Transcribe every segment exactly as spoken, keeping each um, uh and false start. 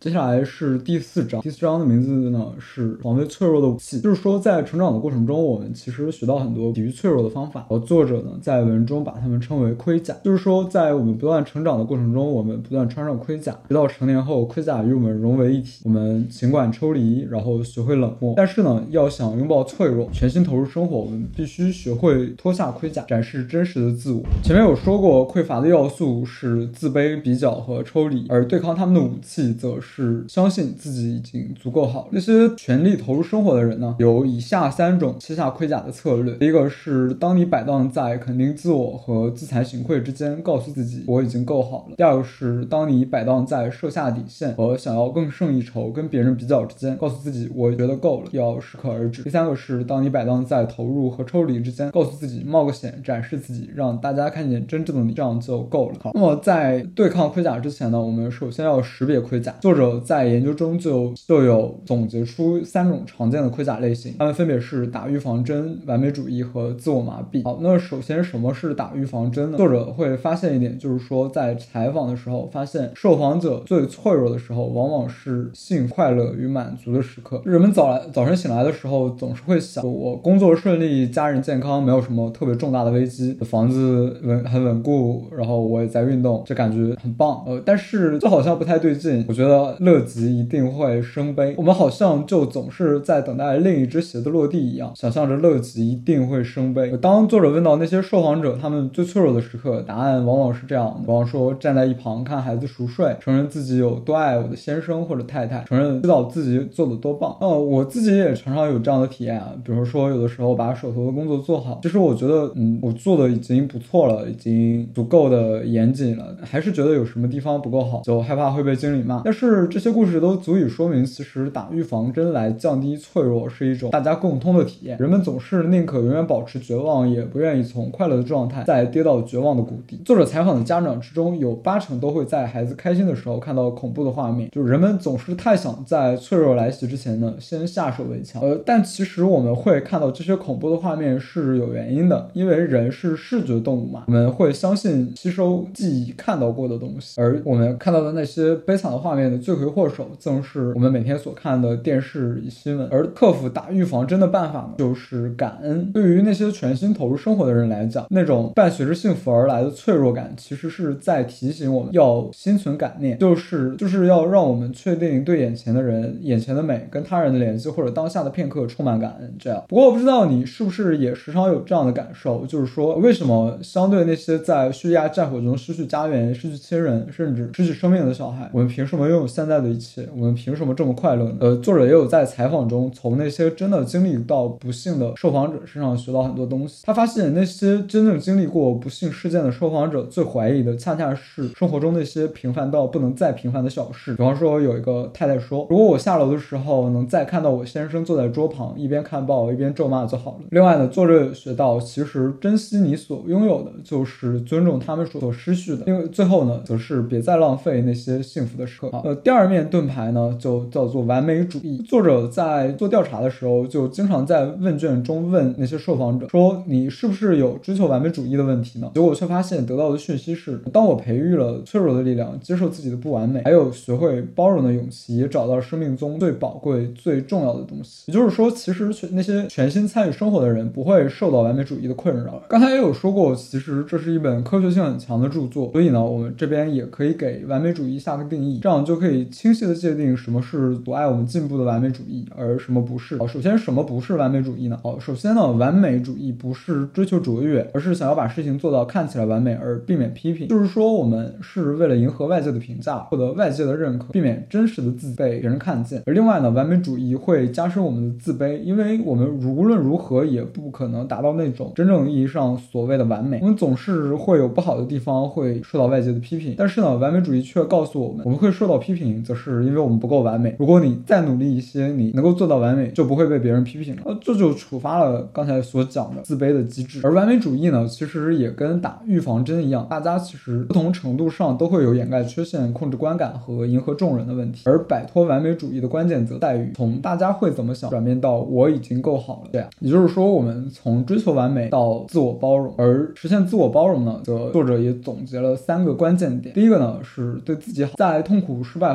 接下来是第四章，第四章的名字呢是防卫脆弱的武器。就是说在成长的过程中，我们其实学到很多抵御脆弱的方法，而作者呢在文中把它们称为盔甲。就是说在我们不断成长的过程中，我们不断穿上盔甲，直到成年后盔甲与我们融为一体，我们尽管抽离，然后学会冷漠，但是呢要想拥抱脆弱，全心投入生活，我们必须学会脱下盔甲，展示真实的自我。前面有说过，匮乏的要素是自卑、比较和抽离，而对抗他们的武器则是相信自己已经足够好。那些全力投入生活的人呢，有以下三种卸下盔甲的策略。第一个是当你摆荡在肯定自我和自惭形秽之间，告诉自己我已经够好了。第二个是当你摆荡在设下底线和想要更胜一筹跟别人比较之间，告诉自己我觉得够了，要适可而止。第三个是当你摆荡在投入和抽离之间，告诉自己冒个险，展示自己，让大家看见真正的你，这样就够了。好，那么在对抗盔甲之前呢，我们首先要识别盔甲。作者在研究中就就有总结出三种常见的盔甲类型，它们分别是打预防针、完美主义和自我麻痹。好，那首先什么是打预防针呢？作者会发现一点，就是说在采访的时候发现受访者最脆弱的时候往往是性快乐与满足的时刻。人们早来早晨醒来的时候总是会想，我工作顺利，家人健康，没有什么特别重大的危机，房子稳很稳固，然后我也在运动，这感觉很棒。呃，但是这好像不太对劲，我觉得乐极一定会生悲。我们好像就总是在等待另一只鞋子落地一样，想象着乐极一定会生悲。当作者问到那些受访者他们最脆弱的时刻，答案往往是这样的，比方说站在一旁看孩子熟睡，承认自己有多爱我的先生或者太太，承认知道自己做的多棒。呃，我自己也常常有这样的体验啊，比如说有的时候把手头的工作做好，其实我觉得嗯，我做的已经不错了，已经足够的严谨了，还是觉得有什么地方不够好，就害怕会被经理骂。但是这些故事都足以说明，其实打预防针来降低脆弱是一种大家共通的体验。人们总是宁可永远保持绝望，也不愿意从快乐的状态再跌到绝望的谷底。作者采访的家长之中，有八成都会在孩子开心的时候看到恐怖的画面，就是人们总是太想在脆弱来袭之前呢，先下手为强。呃，但其实我们会看到这些恐怖的画面是有原因的，因为人是视觉动物嘛，我们会相信吸收记忆看到过的东西，而我们看到的那些悲惨的画面的罪魁祸首，正是我们每天所看的电视与新闻。而克服打预防针的办法呢，就是感恩。对于那些全心投入生活的人来讲，那种伴随着幸福而来的脆弱感，其实是在提醒我们要心存感念，就是就是要让我们确定对眼前的人、眼前的美跟他人的联系，或者当下的片刻充满感恩。这样，不过我不知道你是不是也时常有这样的感受，就是说为什么相对那些在叙利亚战火中失去家园、失去亲人，甚至失去生命的小孩，我们凭什么拥有现在的一切？我们凭什么这么快乐呢？呃，作者也有在采访中从那些真的经历到不幸的受访者身上学到很多东西。他发现那些真正经历过不幸事件的受访者最怀疑的恰恰是生活中那些平凡到不能再平凡的小事。比方说有一个太太说，如果我下楼的时候能再看到我先生坐在桌旁一边看报一边咒骂就好了。另外呢，作者也学到其实珍惜你所拥有的就是尊重他们所失去的，因为最后呢则是别再浪费那些幸福的时刻。呃，第二面盾牌呢就叫做完美主义。作者在做调查的时候就经常在问卷中问那些受访者说，你是不是有追求完美主义的问题呢？结果却发现得到的讯息是，当我培育了脆弱的力量，接受自己的不完美，还有学会包容的勇气，也找到生命中最宝贵最重要的东西。也就是说，其实那些全心参与生活的人不会受到完美主义的困扰。刚才也有说过，其实这是一本科学性很强的著作，所以呢我们这边也可以给完美主义下个定义，这样就可以清晰的界定什么是阻碍我们进步的完美主义，而什么不是。好，首先什么不是完美主义呢？好，首先呢，完美主义不是追求卓越，而是想要把事情做到看起来完美而避免批评。就是说我们是为了迎合外界的评价，获得外界的认可，避免真实的自己被别人看见。而另外呢，完美主义会加深我们的自卑，因为我们无论如何也不可能达到那种真正意义上所谓的完美，我们总是会有不好的地方，会受到外界的批评。但是呢，完美主义却告诉我们，我们会受到批评则是因为我们不够完美，如果你再努力一些，你能够做到完美，就不会被别人批评了。呃，这就触发了刚才所讲的自卑的机制。而完美主义呢，其实也跟打预防针一样，大家其实不同程度上都会有掩盖缺陷、控制观感和迎合众人的问题。而摆脱完美主义的关键则在于从大家会怎么想转变到我已经够好了。对啊，也就是说我们从追求完美到自我包容。而实现自我包容呢，则作者也总结了三个关键点。第一个呢是对自己好，在痛苦、失败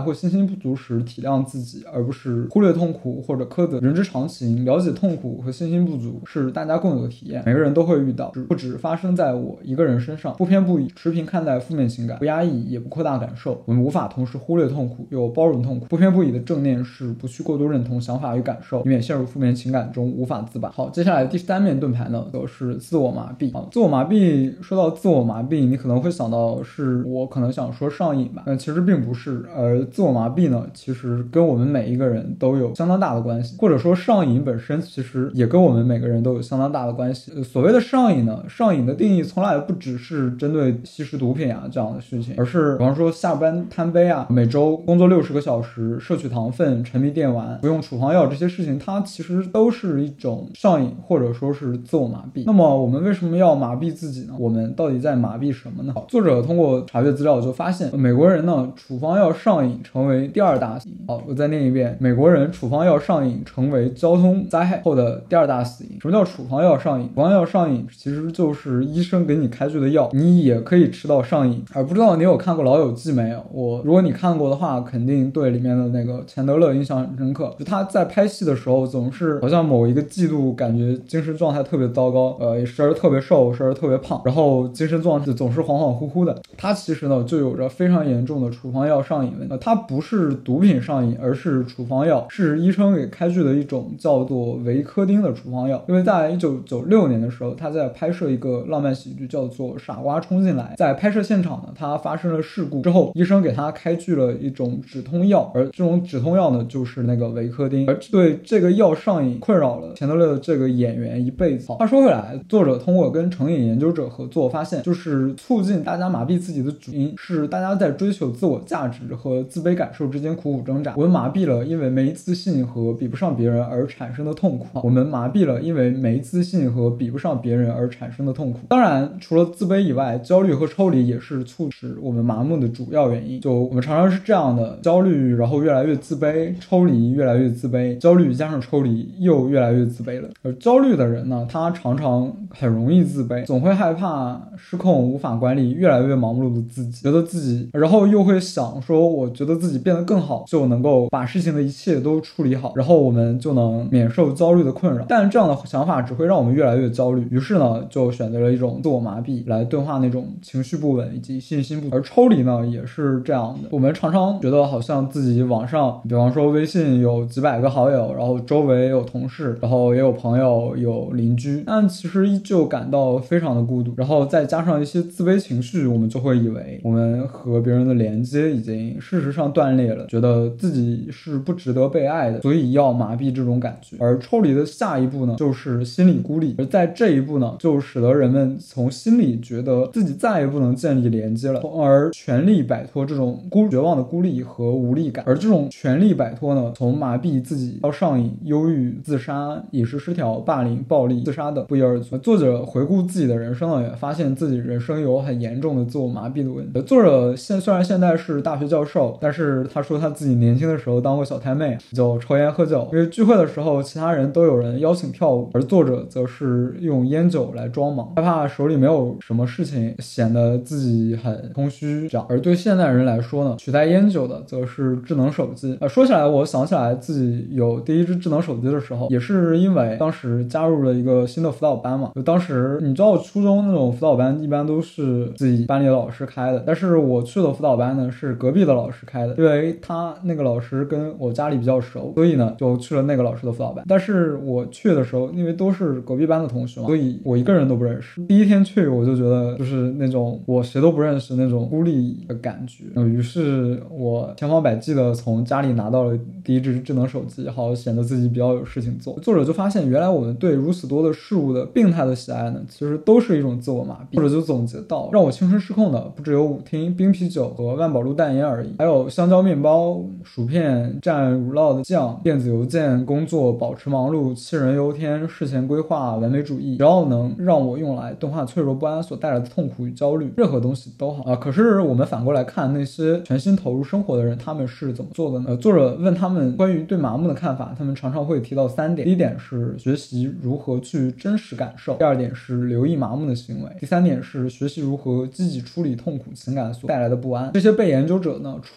或信心不足时体谅自己，而不是忽略痛苦或者苛责。人之常情，了解痛苦和信心不足是大家共有的体验，每个人都会遇到，不只发生在我一个人身上。不偏不倚，持平看待负面情感，不压抑也不扩大感受。我们无法同时忽略痛苦又包容痛苦。不偏不倚的正念是不去过度认同想法与感受，以免陷入负面情感中无法自拔。好，接下来第三面盾牌呢，就是自我麻痹。好，自我麻痹，说到自我麻痹，你可能会想到是我可能想说上瘾吧，但其实并不是。而自我麻痹呢，其实跟我们每一个人都有相当大的关系，或者说上瘾本身其实也跟我们每个人都有相当大的关系。呃、所谓的上瘾呢，上瘾的定义从来不只是针对吸食毒品啊这样的事情，而是比方说下班贪杯啊，每周工作六十个小时，摄取糖分，沉迷电玩，服用处方药，这些事情它其实都是一种上瘾，或者说是自我麻痹。那么我们为什么要麻痹自己呢？我们到底在麻痹什么呢？作者通过查阅资料就发现，美国人呢处方药上瘾成为第二大死因。好，我再念一遍，美国人处方药上瘾成为交通灾害后的第二大死因。什么叫处方药上瘾？处方药上瘾其实就是医生给你开具的药，你也可以吃到上瘾。而不知道你有看过老友记没有？我如果你看过的话，肯定对里面的那个钱德勒印象很深刻。就他在拍戏的时候总是好像某一个季度感觉精神状态特别糟糕，呃时而特别瘦，时而特别胖，然后精神状态总是恍恍惚惚的。他其实呢就有着非常严重的处方药上瘾问题。呃他不是毒品上瘾，而是处方药，是医生给开具的一种叫做维科丁的处方药。因为在一九九六年的时候，他在拍摄一个浪漫喜剧叫做《傻瓜冲进来》，在拍摄现场呢他发生了事故之后，医生给他开具了一种止痛药，而这种止痛药呢就是那个维科丁。而对这个药上瘾困扰了钱德勒的这个演员一辈子。话说回来，作者通过跟成瘾研究者合作发现，就是促进大家麻痹自己的主因是大家在追求自我价值和自卑感受之间苦苦挣扎。我们麻痹了因为没自信和比不上别人而产生的痛苦，我们麻痹了因为没自信和比不上别人而产生的痛苦。当然除了自卑以外，焦虑和抽离也是促使我们麻木的主要原因。就我们常常是这样的，焦虑然后越来越自卑，抽离越来越自卑，焦虑加上抽离又越来越自卑了。而焦虑的人呢，他常常很容易自卑，总会害怕失控，无法管理越来越忙碌的自己，觉得自己然后又会想说我觉得自己变得更好，就能够把事情的一切都处理好，然后我们就能免受焦虑的困扰。但这样的想法只会让我们越来越焦虑，于是呢就选择了一种自我麻痹来钝化那种情绪不稳以及信心不足。而抽离呢也是这样的，我们常常觉得好像自己网上比方说微信有几百个好友，然后周围有同事，然后也有朋友有邻居，但其实依旧感到非常的孤独，然后再加上一些自卑情绪，我们就会以为我们和别人的连接已经事实上断裂了，觉得自己是不值得被爱的，所以要麻痹这种感觉。而抽离的下一步呢就是心理孤立，而在这一步呢就使得人们从心里觉得自己再也不能建立连接了，从而全力摆脱这种孤绝望的孤立和无力感。而这种全力摆脱呢，从麻痹自己到上瘾、忧郁、自杀、饮食失调、霸凌、暴力、自杀的不一而足。作者回顾自己的人生呢，也发现自己人生有很严重的自我麻痹的问题。作者现虽然现在是大学教授，但是他说他自己年轻的时候当过小太妹，就抽烟喝酒，因为聚会的时候其他人都有人邀请跳舞，而作者则是用烟酒来装忙，害怕手里没有什么事情显得自己很空虚这样。而对现代人来说呢，取代烟酒的则是智能手机。呃，说起来我想起来自己有第一只智能手机的时候，也是因为当时加入了一个新的辅导班嘛。就当时你知道初中那种辅导班一般都是自己班里的老师开的，但是我去的辅导班呢是隔壁的老师开的，因为他那个老师跟我家里比较熟，所以呢就去了那个老师的辅导班。但是我去的时候因为都是隔壁班的同学嘛，所以我一个人都不认识。第一天去我就觉得就是那种我谁都不认识那种孤立的感觉，于是我千方百计的从家里拿到了第一只智能手机，好显得自己比较有事情做。作者就发现原来我们对如此多的事物的病态的喜爱呢，其实都是一种自我麻痹。作者就总结到，让我青春失控的不只有舞厅、冰啤酒和万宝路淡烟而已，还有香蕉面包、薯片、蘸乳酪的酱、电子邮件、工作、保持忙碌、杞人忧天、事前规划、完美主义，只要能让我用来钝化脆弱不安所带来的痛苦与焦虑，任何东西都好啊。可是我们反过来看那些全心投入生活的人，他们是怎么做的呢？呃，作者问他们关于对麻木的看法，他们常常会提到三点。第一点是学习如何去真实感受，第二点是留意麻木的行为，第三点是学习如何积极处理痛苦情感所带来的不安。这些被研究者呢出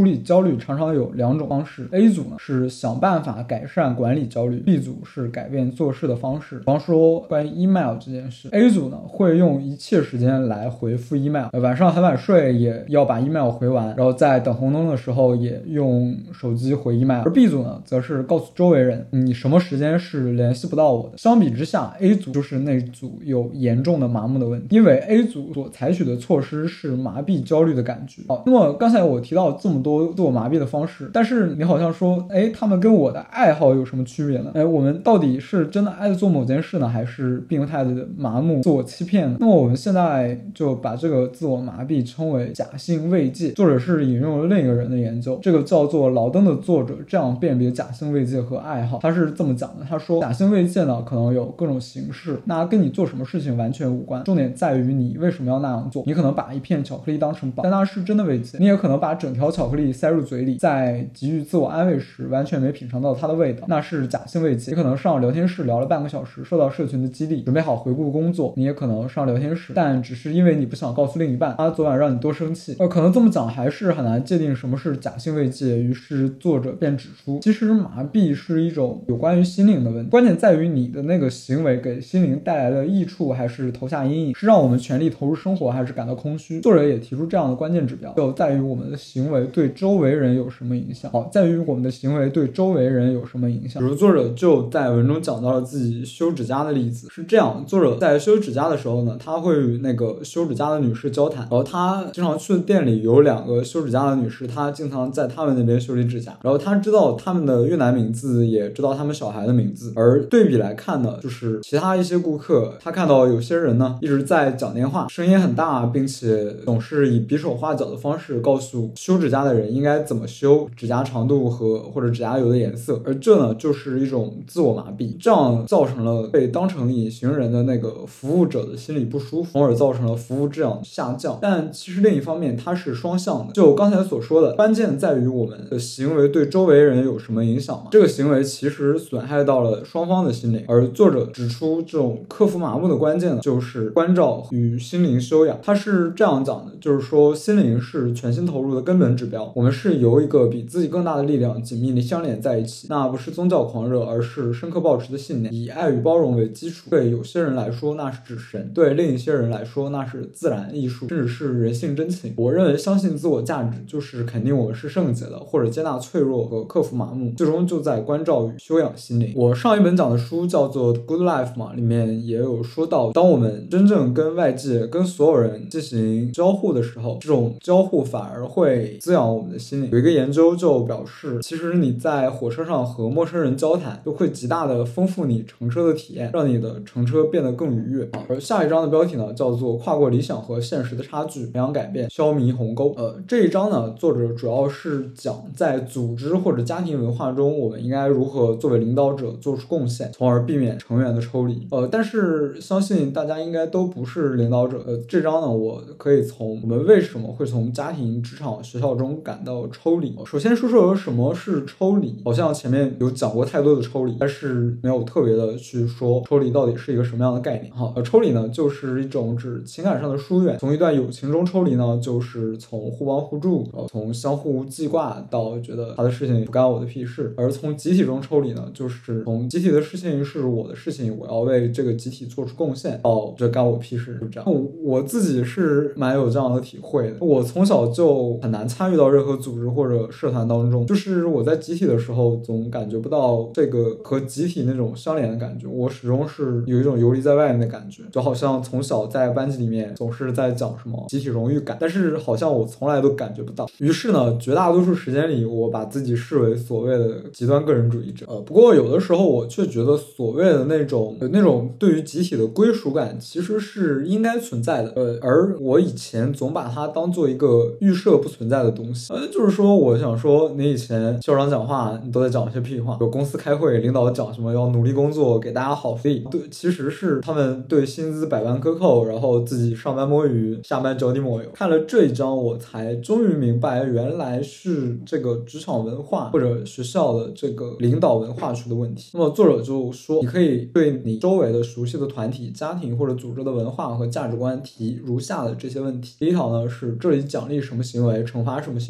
处理焦虑常常有两种方式。 A 组呢是想办法改善管理焦虑， B 组是改变做事的方式。比方说关于 email 这件事， A 组呢会用一切时间来回复 email， 晚上很晚睡也要把 email 回完，然后在等红灯的时候也用手机回 email。 而 B 组呢则是告诉周围人你什么时间是联系不到我的。相比之下， A 组就是那组有严重的麻木的问题，因为 A 组所采取的措施是麻痹焦虑的感觉。好，那么刚才我提到这么多自我麻痹的方式，但是你好像说哎，他们跟我的爱好有什么区别呢？哎，我们到底是真的爱做某件事呢，还是病态的麻木自我欺骗呢？那么我们现在就把这个自我麻痹称为假性慰藉。作者是引用了另一个人的研究，这个叫做劳登的作者这样辨别假性慰藉和爱好。他是这么讲的，他说假性慰藉呢可能有各种形式，那跟你做什么事情完全无关，重点在于你为什么要那样做。你可能把一片巧克力当成宝，但那是真的慰藉。你也可能把整条巧克力塞入嘴里，在给予自我安慰时完全没品尝到它的味道，那是假性慰藉。你可能上聊天室聊了半个小时，受到社群的激励，准备好回顾工作。你也可能上聊天室，但只是因为你不想告诉另一半他昨晚让你多生气。呃，可能这么讲还是很难界定什么是假性慰藉。于是作者便指出，其实麻痹是一种有关于心灵的问题，关键在于你的那个行为给心灵带来了益处，还是投下阴影，是让我们全力投入生活，还是感到空虚。作者也提出这样的关键指标，就在于我们的行为对周围人有什么影响。好，在于我们的行为对周围人有什么影响。比如作者就在文中讲到了自己修指甲的例子，是这样，作者在修指甲的时候呢，他会与那个修指甲的女士交谈，然后他经常去的店里有两个修指甲的女士，他经常在他们那边修理指甲，然后他知道他们的越南名字，也知道他们小孩的名字。而对比来看呢，就是其他一些顾客，他看到有些人呢一直在讲电话，声音很大，并且总是以比手画脚的方式告诉修指甲的人应该怎么修指甲长度和或者指甲油的颜色，而这呢就是一种自我麻痹，这样造成了被当成隐形人的那个服务者的心理不舒服，从而造成了服务质量下降。但其实另一方面它是双向的，就我刚才所说的，关键在于我们的行为对周围人有什么影响嘛？这个行为其实损害到了双方的心灵，而作者指出这种克服麻木的关键呢，就是关照与心灵修养。他是这样讲的，就是说心灵是全心投入的根本指标，我们是由一个比自己更大的力量紧密地相连在一起，那不是宗教狂热，而是深刻抱持的信念，以爱与包容为基础。对有些人来说那是指神，对另一些人来说那是自然艺术，甚至是人性真情。我认为相信自我价值就是肯定我们是圣洁的，或者接纳脆弱和克服麻木，最终就在关照与修养心灵。我上一本讲的书叫做 Good Life 嘛，里面也有说到，当我们真正跟外界跟所有人进行交互的时候，这种交互反而会滋养我们的心灵。有一个研究就表示，其实你在火车上和陌生人交谈就会极大的丰富你乘车的体验，让你的乘车变得更愉悦。而下一章的标题呢叫做跨过理想和现实的差距，培养改变，消弭鸿沟。呃，这一章呢作者主要是讲在组织或者家庭文化中，我们应该如何作为领导者做出贡献，从而避免成员的抽离。呃，但是相信大家应该都不是领导者。呃，这章呢我可以从我们为什么会从家庭、职场、学校中感到抽离。首先说说什么是抽离，好像前面有讲过太多的抽离，但是没有特别的去说抽离到底是一个什么样的概念。好，呃，抽离呢就是一种指情感上的疏远，从一段友情中抽离呢，就是从互帮互助，呃、从相互记挂到觉得他的事情不干我的屁事。而从集体中抽离呢，就是从集体的事情是我的事情，我要为这个集体做出贡献，到这干我屁事，就这样。我我自己是蛮有这样的体会的，我从小就很难参与到任何组织或者社团当中，就是我在集体的时候总感觉不到这个和集体那种相连的感觉，我始终是有一种游离在外面的感觉，就好像从小在班级里面总是在讲什么集体荣誉感，但是好像我从来都感觉不到。于是呢，绝大多数时间里我把自己视为所谓的极端个人主义者。呃，不过有的时候我却觉得所谓的那种那种对于集体的归属感其实是应该存在的。呃，而我以前总把它当做一个预设不存在的东西。呃，就是说我想说，你以前校长讲话你都在讲一些屁话，有公司开会领导讲什么要努力工作给大家好福利，对，其实是他们对薪资百万克扣，然后自己上班摸鱼，下班脚底抹油。看了这一章我才终于明白，原来是这个职场文化或者学校的这个领导文化区的问题。那么作者就说，你可以对你周围的熟悉的团体、家庭或者组织的文化和价值观提如下的这些问题。第一条呢是，这里奖励什么行为，惩罚什么行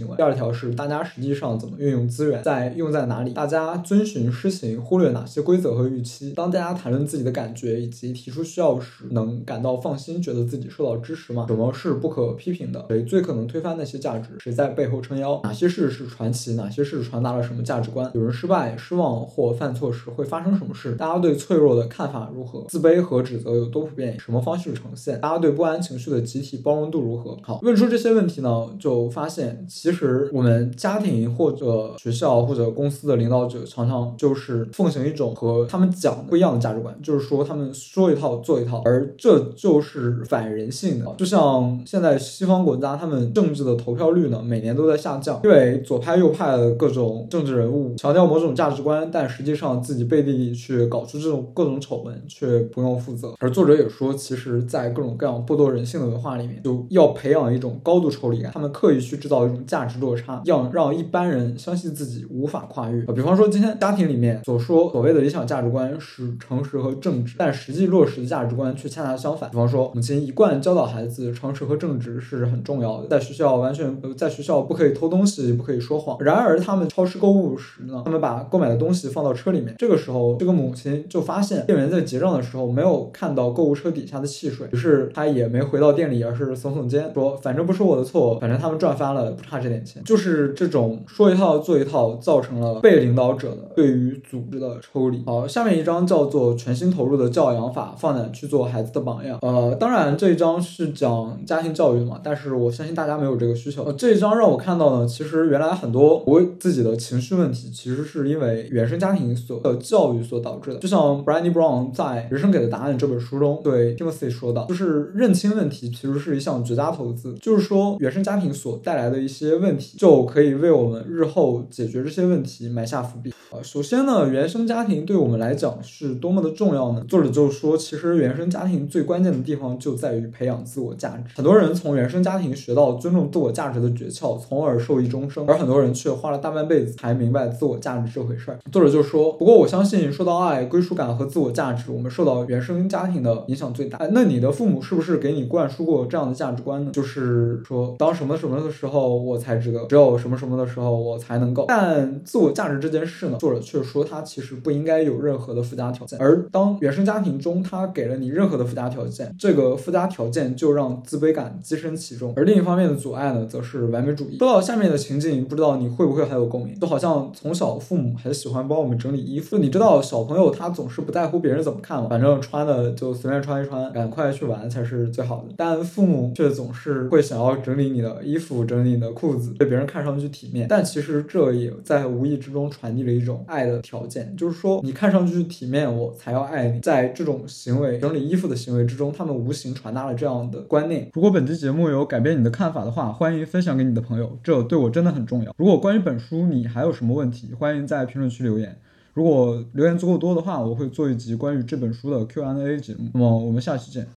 行为。第二条是大家实际上怎么运用资源，在用在哪里，大家遵循施行忽略哪些规则和预期。当大家谈论自己的感觉以及提出需要时，能感到放心，觉得自己受到支持吗？什么是不可批评的？谁最可能推翻那些价值？谁在背后撑腰？哪些事是传奇？哪些事传达了什么价值观？有人失败、失望或犯错时会发生什么事？大家对脆弱的看法如何？自卑和指责有多普遍？什么方式呈现？大家对不安情绪的集体包容度如何？好，问出这些问题呢，就发现其实我们家庭或者学校或者公司的领导者常常就是奉行一种和他们讲的不一样的价值观，就是说他们说一套做一套，而这就是反人性的。就像现在西方国家他们政治的投票率呢每年都在下降，因为左派右派的各种政治人物强调某种价值观，但实际上自己背地里去搞出这种各种丑闻却不用负责。而作者也说，其实在各种各样剥夺人性的文化里面，就要培养一种高度抽离感，他们刻意去制造一种价值落差，让让一般人相信自己无法跨越。比方说今天家庭里面所说所谓的理想价值观是诚实和正直，但实际落实的价值观却恰恰相反。比方说母亲一贯教导孩子诚实和正直是很重要的，在学校完全在学校不可以偷东西，不可以说谎。然而他们超市购物时呢，他们把购买的东西放到车里面，这个时候这个母亲就发现店员在结账的时候没有看到购物车底下的汽水，于是他也没回到店里，而是耸耸肩说反正不是我的错，反正他们赚翻了，不差这点钱。就是这种说一套做一套，造成了被领导者的对于组织的抽离。好，下面一章叫做全心投入的教养法，放胆去做孩子的榜样。呃，当然这一章是讲家庭教育的嘛，但是我相信大家没有这个需求。呃、这一章让我看到呢，其实原来很多我自己的情绪问题其实是因为原生家庭所的教育所导致的。就像 Brené Brown 在《人生给的答案》这本书中对 Timothy 说的，就是认清问题其实是一项绝佳投资，就是说原生家庭所带来的一些问题就可以为我们日后解决这些问题埋下伏笔。呃，首先呢，原生家庭对我们来讲是多么的重要呢？作者就说，其实原生家庭最关键的地方就在于培养自我价值。很多人从原生家庭学到尊重自我价值的诀窍，从而受益终生，而很多人却花了大半辈子才明白自我价值这回事儿。作者就说，不过我相信说到爱、归属感和自我价值，我们受到原生家庭的影响最大。那你的父母是不是给你灌输过这样的价值观呢？就是说，当什么什么的时候我才值得，只有什么什么的时候我才能够。但自我价值这件事呢，作者却说它其实不应该有任何的附加条件，而当原生家庭中他给了你任何的附加条件，这个附加条件就让自卑感跻身其中。而另一方面的阻碍呢，则是完美主义。说到下面的情境，不知道你会不会还有共鸣？就好像从小父母还喜欢帮我们整理衣服，就你知道小朋友他总是不在乎别人怎么看嘛，反正穿的就随便穿一穿，赶快去玩才是最好的。但父母却总是会想要整理你的衣服，整理你的裤子，被别人看上去体面。但其实这也在无意之中传递了一种爱的条件，就是说你看上去体面，我才要爱你。在这种行为，整理衣服的行为之中，他们无形传达了这样的观念。如果本期节目有改变你的看法的话，欢迎分享给你的朋友，这对我真的很重要。如果关于本书你还有什么问题，欢迎在评论区留言。如果留言足够多的话，我会做一集关于这本书的 Q and A 节目。那么我们下期见。